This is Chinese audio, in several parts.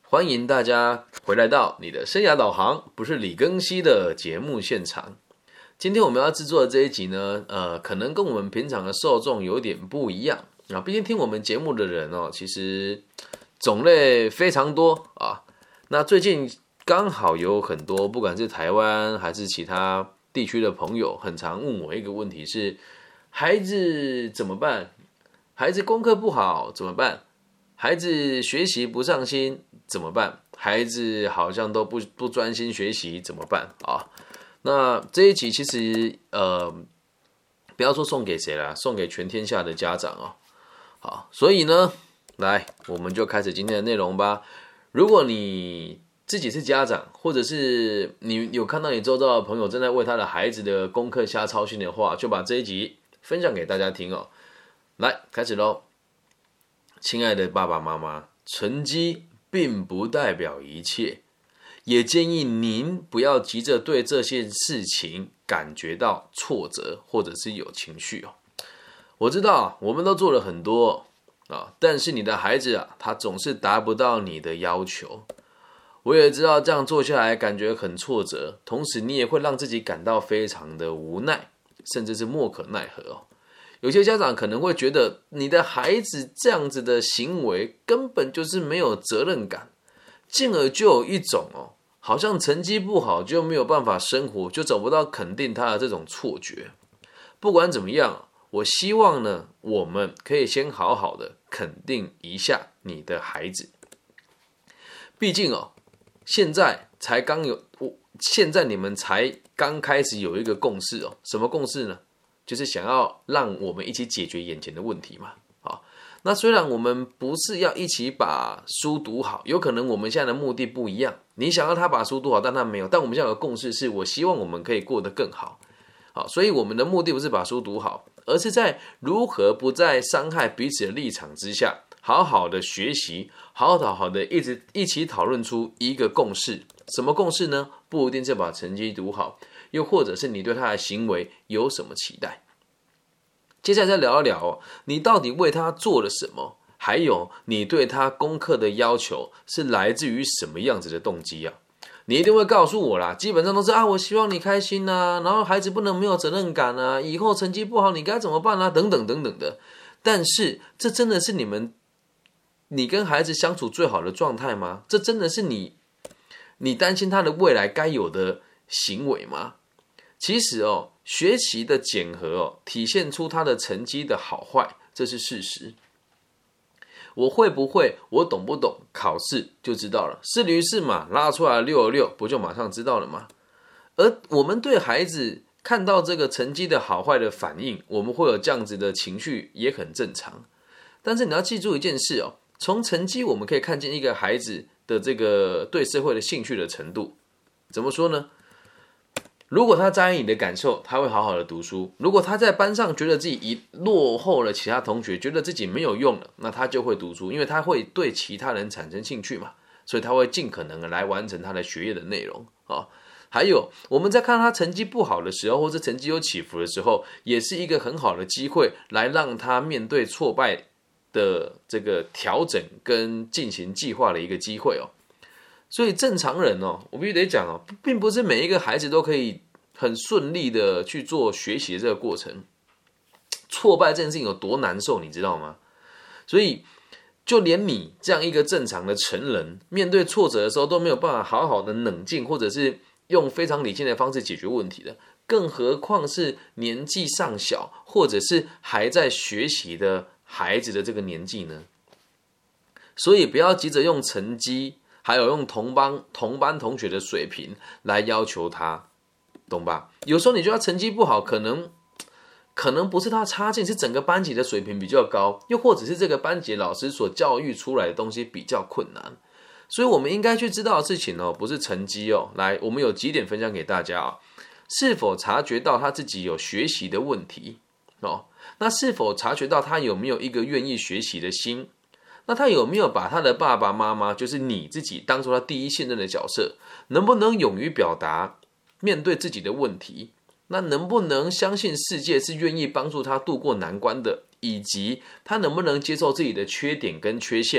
欢迎大家回来到你的生涯导航，不是李庚希的节目现场。今天我们要制作的这一集呢，可能跟我们平常的受众有点不一样啊。毕竟听我们节目的人哦，其实种类非常多啊。那最近刚好有很多，不管是台湾还是其他地区的朋友，很常问我一个问题是：孩子怎么办？孩子功课不好怎么办？孩子学习不上心怎么办？孩子好像都不专心学习怎么办啊？那这一集其实不要说送给谁啦，送给全天下的家长哦。好，所以呢，来我们就开始今天的内容吧。如果你自己是家长，或者是你有看到你周遭的朋友正在为他的孩子的功课瞎操心的话，就把这一集分享给大家听哦。来，开始咯。亲爱的爸爸妈妈，成绩并不代表一切，也建议您不要急着对这些事情感觉到挫折或者是有情绪哦。我知道我们都做了很多啊，但是你的孩子啊，他总是达不到你的要求。我也知道这样做下来感觉很挫折，同时你也会让自己感到非常的无奈，甚至是莫可奈何哦。有些家长可能会觉得你的孩子这样子的行为根本就是没有责任感，进而就有一种好像成绩不好就没有办法生活，就找不到肯定他的这种错觉。不管怎么样，我希望呢，我们可以先好好的肯定一下你的孩子。毕竟现在你们才刚开始有一个共识哦，什么共识呢？就是想要让我们一起解决眼前的问题嘛。好，那虽然我们不是要一起把书读好，有可能我们现在的目的不一样。你想要他把书读好，但他没有。但我们现在有个共识是，我希望我们可以过得更好。好，所以我们的目的不是把书读好，而是在如何不在伤害彼此的立场之下，好好的学习，好的一起讨论出一个共识。什么共识呢？不一定是把成绩读好，又或者是你对他的行为有什么期待。接下来再聊一聊你到底为他做了什么，还有你对他功课的要求是来自于什么样子的动机啊？你一定会告诉我啦，基本上都是我希望你开心啊，然后孩子不能没有责任感啊，以后成绩不好你该怎么办啊，等等等等的。但是这真的是你跟孩子相处最好的状态吗？这真的是你担心他的未来该有的行为吗？其实学习的检核体现出他的成绩的好坏，这是事实。我会不会，我懂不懂，考试就知道了。是驴是马，拉出来626，不就马上知道了吗？而我们对孩子看到这个成绩的好坏的反应，我们会有这样子的情绪，也很正常。但是你要记住一件事从成绩我们可以看见一个孩子的这个对社会的兴趣的程度。怎么说呢？如果他在意你的感受，他会好好的读书。如果他在班上觉得自己落后了其他同学，觉得自己没有用了，那他就会读书，因为他会对其他人产生兴趣嘛，所以他会尽可能的来完成他的学业的内容还有我们在看他成绩不好的时候，或者成绩有起伏的时候，也是一个很好的机会，来让他面对挫败的这个调整跟进行计划的一个机会所以正常人我必须得讲并不是每一个孩子都可以很顺利的去做学习的这个过程。挫败这件事情有多难受，你知道吗？所以就连你这样一个正常的成人，面对挫折的时候都没有办法好好的冷静，或者是用非常理性的方式解决问题的，更何况是年纪尚小，或者是还在学习的孩子的这个年纪呢？所以不要急着用成绩还有用同班同学的水平来要求他，懂吧？有时候你觉得他成绩不好，可能不是他差劲，是整个班级的水平比较高，又或者是这个班级老师所教育出来的东西比较困难。所以我们应该去知道的事情不是成绩来，我们有几点分享给大家是否察觉到他自己有学习的问题那是否察觉到他有没有一个愿意学习的心？那他有没有把他的爸爸妈妈，就是你自己，当作他第一信任的角色？能不能勇于表达，面对自己的问题？那能不能相信世界是愿意帮助他度过难关的？以及他能不能接受自己的缺点跟缺陷，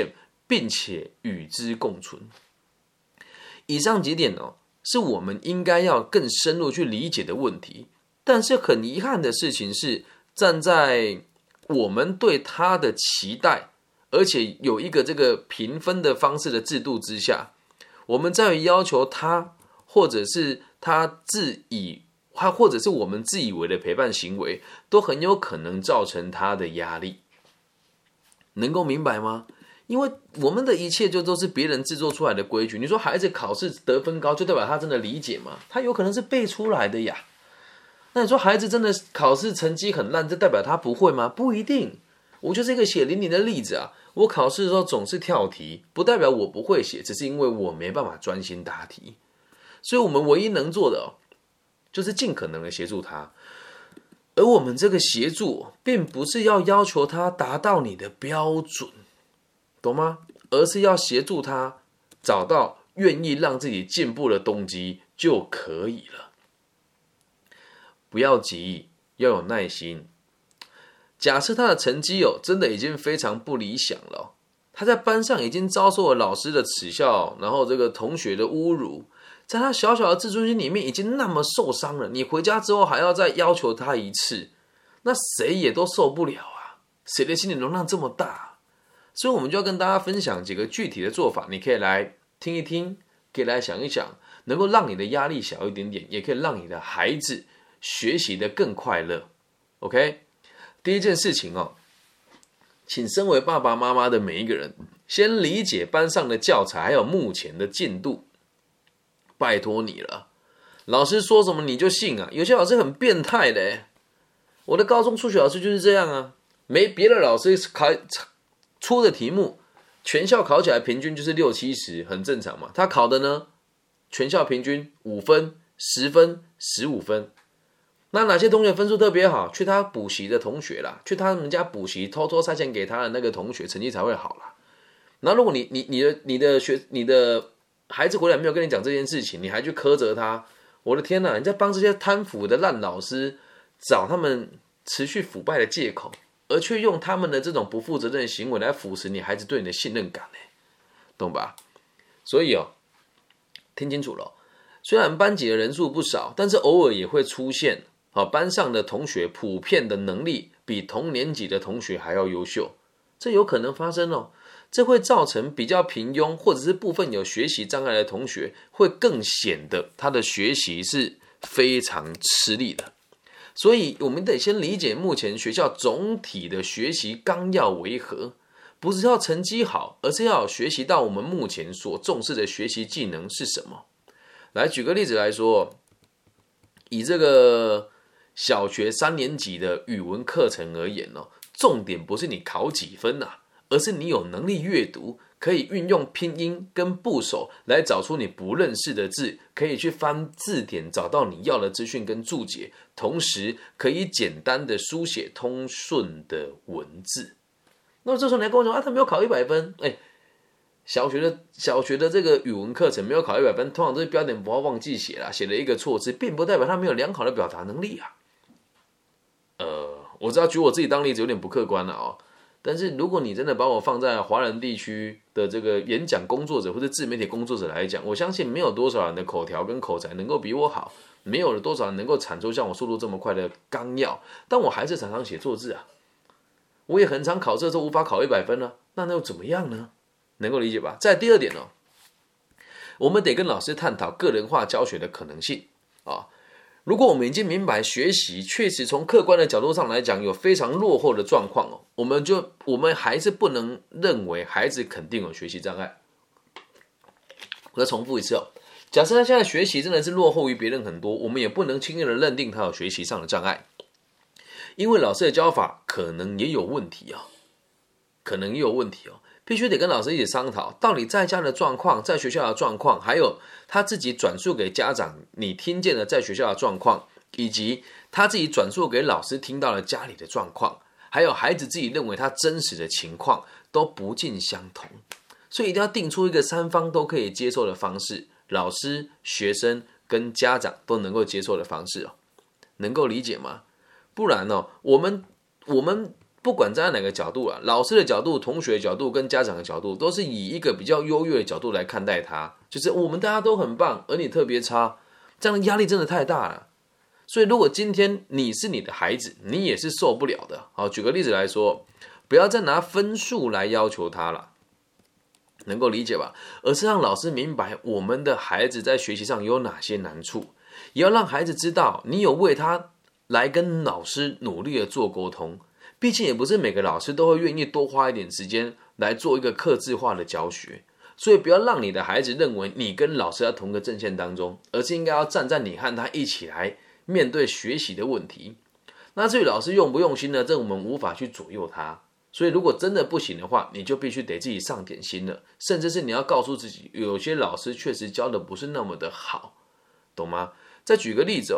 并且与之共存。以上几点是我们应该要更深入去理解的问题。但是很遗憾的事情是，站在我们对他的期待，而且有一个这个评分的方式的制度之下，我们在于要求他，或者是或者是我们自以为的陪伴行为，都很有可能造成他的压力。能够明白吗？因为我们的一切就都是别人制作出来的规矩。你说孩子考试得分高，就代表他真的理解吗？他有可能是背出来的呀。那你说孩子真的考试成绩很烂，这代表他不会吗？不一定。我就是一个血淋淋的例子啊。我考试的时候总是跳题，不代表我不会写，只是因为我没办法专心答题。所以我们唯一能做的就是尽可能的协助他。而我们这个协助并不是要求他达到你的标准，懂吗？而是要协助他找到愿意让自己进步的动机就可以了。不要急，要有耐心。假设他的成绩真的已经非常不理想了，他在班上已经遭受了老师的耻笑，然后这个同学的侮辱，在他小小的自尊心里面已经那么受伤了，你回家之后还要再要求他一次，那谁也都受不了啊！谁的心理容量这么大？所以我们就要跟大家分享几个具体的做法，你可以来听一听，可以来想一想，能够让你的压力小一点点，也可以让你的孩子学习得更快乐。 OK， 第一件事情请身为爸爸妈妈的每一个人先理解班上的教材还有目前的进度。拜托你了，老师说什么你就信啊？有些老师很变态的耶。我的高中数学老师就是这样啊，没别的老师出的题目，全校考起来平均就是60-70，很正常嘛。他考的呢，全校平均5分、10分、15分。那哪些同学分数特别好？去他补习的同学啦，去他们家补习，偷偷塞钱给他的那个同学，成绩才会好啦。那如果你的孩子回来没有跟你讲这件事情，你还去苛责他，我的天哪！你在帮这些贪腐的烂老师找他们持续腐败的借口，而却用他们的这种不负责任的行为来腐蚀你孩子对你的信任感，懂吧？所以听清楚了，虽然班级的人数不少，但是偶尔也会出现班上的同学普遍的能力比同年级的同学还要优秀，这有可能发生这会造成比较平庸或者是部分有学习障碍的同学会更显得他的学习是非常吃力的。所以我们得先理解目前学校总体的学习纲要为何，不是要成绩好，而是要学习到我们目前所重视的学习技能是什么。来举个例子来说，以这个小学3年级的语文课程而言重点不是你考几分而是你有能力阅读，可以运用拼音跟部首来找出你不认识的字，可以去翻字典找到你要的资讯跟注解，同时可以简单的书写通顺的文字。那这时候你还跟我说他没有考100分，小学的这个语文课程没有考100分，通常都是标点符号忘记写啦，写了一个错字，并不代表他没有良好的表达能力啊。我知道举我自己当例子有点不客观了但是如果你真的把我放在华人地区的这个演讲工作者或者自媒体工作者来讲，我相信没有多少人的口条跟口才能够比我好，没有多少人能够产出像我速度这么快的纲要，但我还是常常写错字我也很常考试的时候无法考100分那又怎么样呢？能够理解吧？再第二点我们得跟老师探讨个人化教学的可能性如果我们已经明白学习确实从客观的角度上来讲有非常落后的状况我们还是不能认为孩子肯定有学习障碍。我再重复一次假设他现在学习真的是落后于别人很多，我们也不能轻易的认定他有学习上的障碍，因为老师的教法可能也有问题必须得跟老师一起商讨，到底在家的状况、在学校的状况，还有他自己转述给家长你听见的在学校的状况，以及他自己转述给老师听到了家里的状况，还有孩子自己认为他真实的情况都不尽相同，所以一定要定出一个3方都可以接受的方式，老师、学生跟家长都能够接受的方式能够理解吗？不然我们不管站在哪个角度啦，老师的角度、同学的角度跟家长的角度，都是以一个比较优越的角度来看待他，就是我们大家都很棒，而你特别差，这样的压力真的太大了。所以如果今天你是你的孩子，你也是受不了的。好，举个例子来说，不要再拿分数来要求他了，能够理解吧？而是让老师明白我们的孩子在学习上有哪些难处，也要让孩子知道你有为他来跟老师努力的做沟通。毕竟也不是每个老师都会愿意多花一点时间来做一个客制化的教学，所以不要让你的孩子认为你跟老师在同个阵线当中，而是应该要站在你和他一起来面对学习的问题。那至于老师用不用心呢？这我们无法去左右他。所以如果真的不行的话，你就必须得自己上点心了，甚至是你要告诉自己，有些老师确实教的不是那么的好，懂吗？再举个例子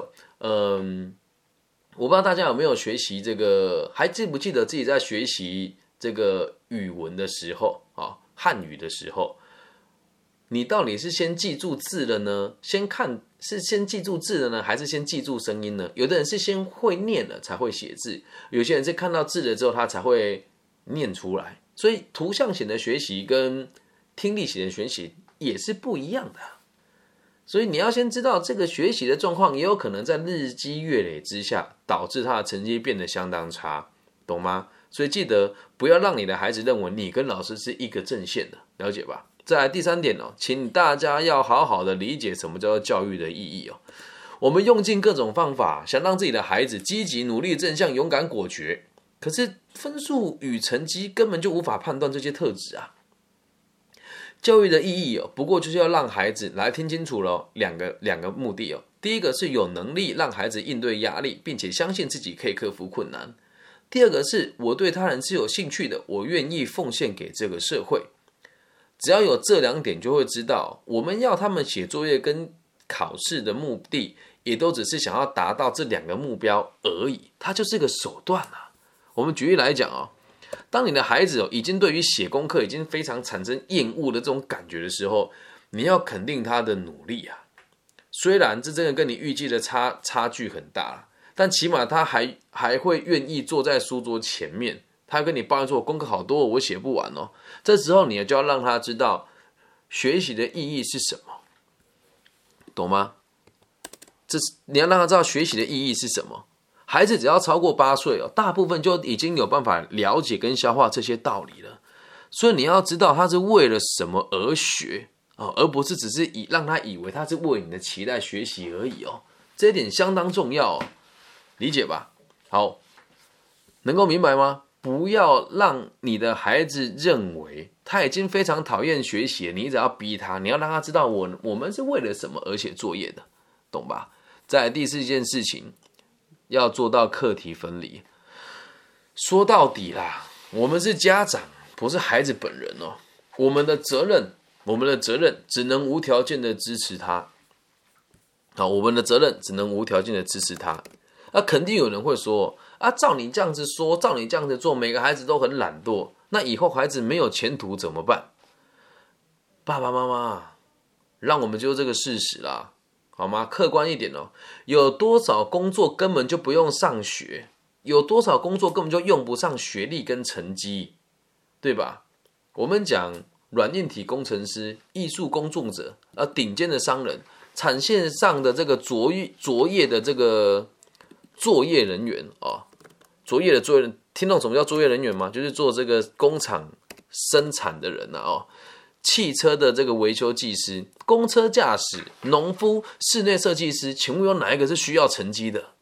我不知道大家有没有学习这个，还记不记得自己在学习这个语文的时候汉语的时候，你到底是先记住字了呢？是先记住字了呢，还是先记住声音呢？有的人是先会念了才会写字，有些人是看到字了之后他才会念出来。所以图像型的学习跟听力型的学习也是不一样的。所以你要先知道这个学习的状况，也有可能在日积月累之下，导致他的成绩变得相当差，懂吗？所以记得不要让你的孩子认为你跟老师是一个阵线的，了解吧？再来第3点请大家要好好的理解什么叫做教育的意义我们用尽各种方法，想让自己的孩子积极、努力、正向、勇敢、果决，可是分数与成绩根本就无法判断这些特质啊。教育的意义不过就是要让孩子来听清楚了两个目的第一个是有能力让孩子应对压力，并且相信自己可以克服困难。第二个是我对他人是有兴趣的，我愿意奉献给这个社会。只要有这2点，就会知道我们要他们写作业跟考试的目的，也都只是想要达到这2个目标而已，它就是个手段啊。我们举例来讲当你的孩子已经对于写功课已经非常产生厌恶的这种感觉的时候，你要肯定他的努力啊。虽然这真的跟你预计的差距很大，但起码他还会愿意坐在书桌前面，他跟你抱怨说我功课好多我写不完这时候你就要让他知道学习的意义是什么，懂吗？你要让他知道学习的意义是什么。孩子只要超过8岁大部分就已经有办法了解跟消化这些道理了。所以你要知道他是为了什么而学而不是只是让他以为他是为你的期待学习而已这一点相当重要理解吧？好，能够明白吗？不要让你的孩子认为他已经非常讨厌学习了，你只要逼他，你要让他知道我们是为了什么而写作业的，懂吧？再来第4件事情，要做到课题分离。说到底啦，我们是家长，不是孩子本人我们的责任只能无条件的支持他。我们的责任只能无条件的支持他。肯定有人会说照你这样子说，照你这样子做，每个孩子都很懒惰，那以后孩子没有前途怎么办？爸爸妈妈，让我们就这个事实啦，好吗？客观一点有多少工作根本就不用上学，有多少工作根本就用不上学历跟成绩，对吧？我们讲软硬体工程师、艺术工作者、顶尖的商人、产线上的这个作业的这个作业人员作业人，听懂什么叫作业人员吗？就是做这个工厂生产的人汽车的这个维修技师、公车驾驶、农夫、室内设计师，请问有哪一个是需要成绩的？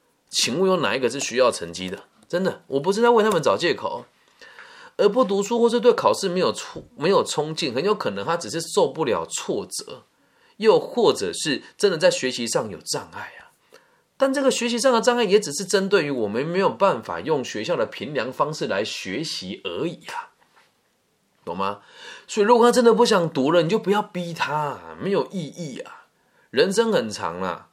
真的，我不是在为他们找借口。而不读书或是对考试没有冲劲，很有可能他只是受不了挫折，又或者是真的在学习上有障碍但这个学习上的障碍也只是针对于我们没有办法用学校的评量方式来学习而已懂吗？所以如果他真的不想读了，你就不要逼他没有意义人生很长啦，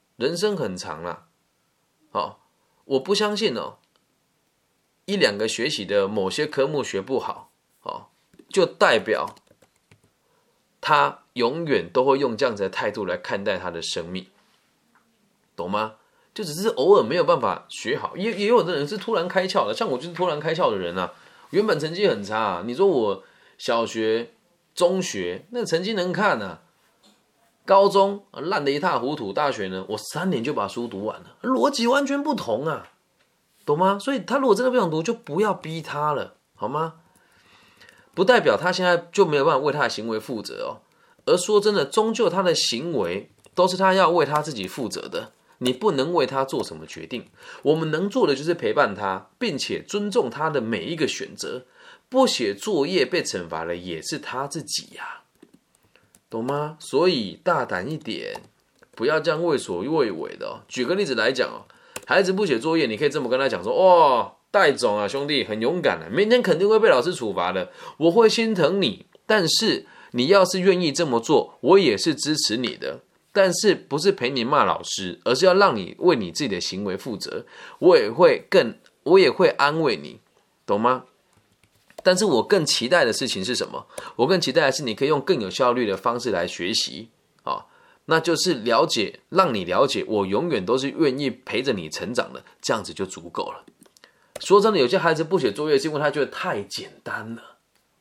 我不相信1-2个学习的某些科目学不好就代表他永远都会用这样子的态度来看待他的生命，懂吗？ 就只是偶尔没有办法学好，也有的人是突然开窍的，像我就是突然开窍的人啊。原本成绩很差啊，你说我小学、中学那成绩能看啊，高中烂得一塌糊涂，大学呢我3年就把书读完了，逻辑完全不同啊，懂吗？所以他如果真的不想读，就不要逼他了，好吗？不代表他现在就没有办法为他的行为负责哦。而说真的，终究他的行为都是他要为他自己负责的。你不能为他做什么决定，我们能做的就是陪伴他，并且尊重他的每一个选择。不写作业被惩罚了，也是他自己呀，懂吗？所以大胆一点，不要这样畏首畏尾的哦。举个例子来讲哦，孩子不写作业，你可以这么跟他讲说：哦，戴总啊，兄弟很勇敢的，明天肯定会被老师处罚的，我会心疼你，但是你要是愿意这么做，我也是支持你的。但是不是陪你骂老师，而是要让你为你自己的行为负责。我也会安慰你，懂吗？但是我更期待的事情是什么？我更期待的是你可以用更有效率的方式来学习啊，那就是让你了解，我永远都是愿意陪着你成长的，这样子就足够了。说真的，有些孩子不写作业是因为他觉得太简单了，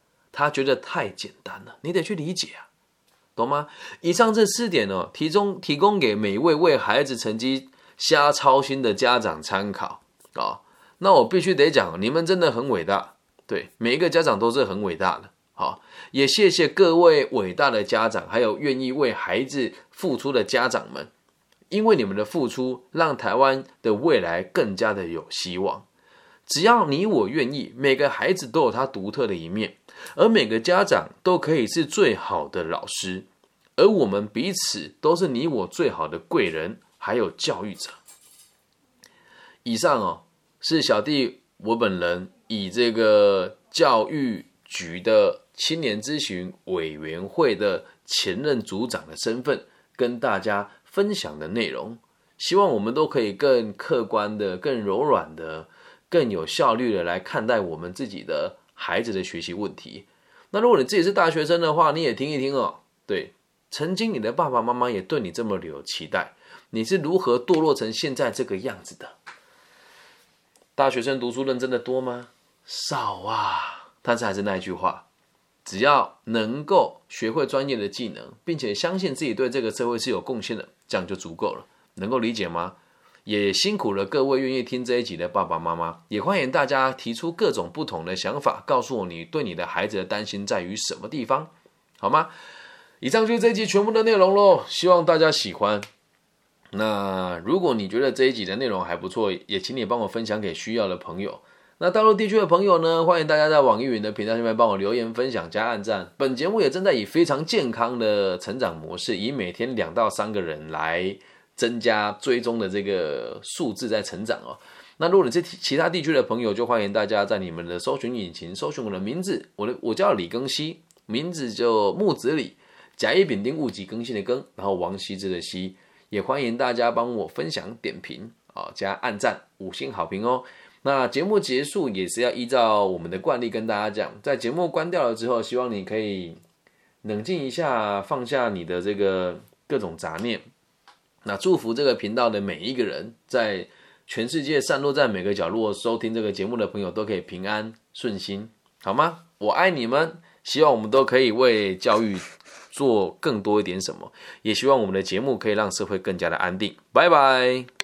你得去理解啊。懂吗？以上这4点哦，提供给每一位为孩子成绩瞎操心的家长参考啊。那我必须得讲，你们真的很伟大，对，每一个家长都是很伟大的。好，也谢谢各位伟大的家长，还有愿意为孩子付出的家长们，因为你们的付出，让台湾的未来更加的有希望。只要你我愿意，每个孩子都有他独特的一面，而每个家长都可以是最好的老师，而我们彼此都是你我最好的贵人，还有教育者。以上哦，是小弟我本人以这个教育局的青年咨询委员会的前任组长的身份，跟大家分享的内容。希望我们都可以更客观的、更柔软的、更有效率的来看待我们自己的孩子的学习问题。那如果你自己是大学生的话，你也听一听哦。对，曾经你的爸爸妈妈也对你这么有期待，你是如何堕落成现在这个样子的？大学生读书认真的多吗？少啊。但是还是那一句话，只要能够学会专业的技能，并且相信自己对这个社会是有贡献的，这样就足够了。能够理解吗？也辛苦了各位愿意听这一集的爸爸妈妈，也欢迎大家提出各种不同的想法，告诉我你对你的孩子的担心在于什么地方，好吗？以上就是这一集全部的内容咯，希望大家喜欢。那如果你觉得这一集的内容还不错，也请你帮我分享给需要的朋友。那大陆地区的朋友呢，欢迎大家在网易云的频道下面帮我留言分享加按赞。本节目也正在以非常健康的成长模式，以每天2到3个人来增加追踪的这个数字在成长哦。那如果你是其他地区的朋友，就欢迎大家在你们的搜寻引擎搜寻我的名字，我叫李庚希，名字就木子李，甲乙丙丁戊己庚辛的庚，然后王羲之的羲。也欢迎大家帮我分享点评加按赞5星好评哦。那节目结束也是要依照我们的惯例跟大家讲，在节目关掉了之后，希望你可以冷静一下，放下你的这个各种杂念。那祝福这个频道的每一个人，在全世界散落在每个角落收听这个节目的朋友都可以平安顺心，好吗？我爱你们，希望我们都可以为教育做更多一点什么，也希望我们的节目可以让社会更加的安定。拜拜。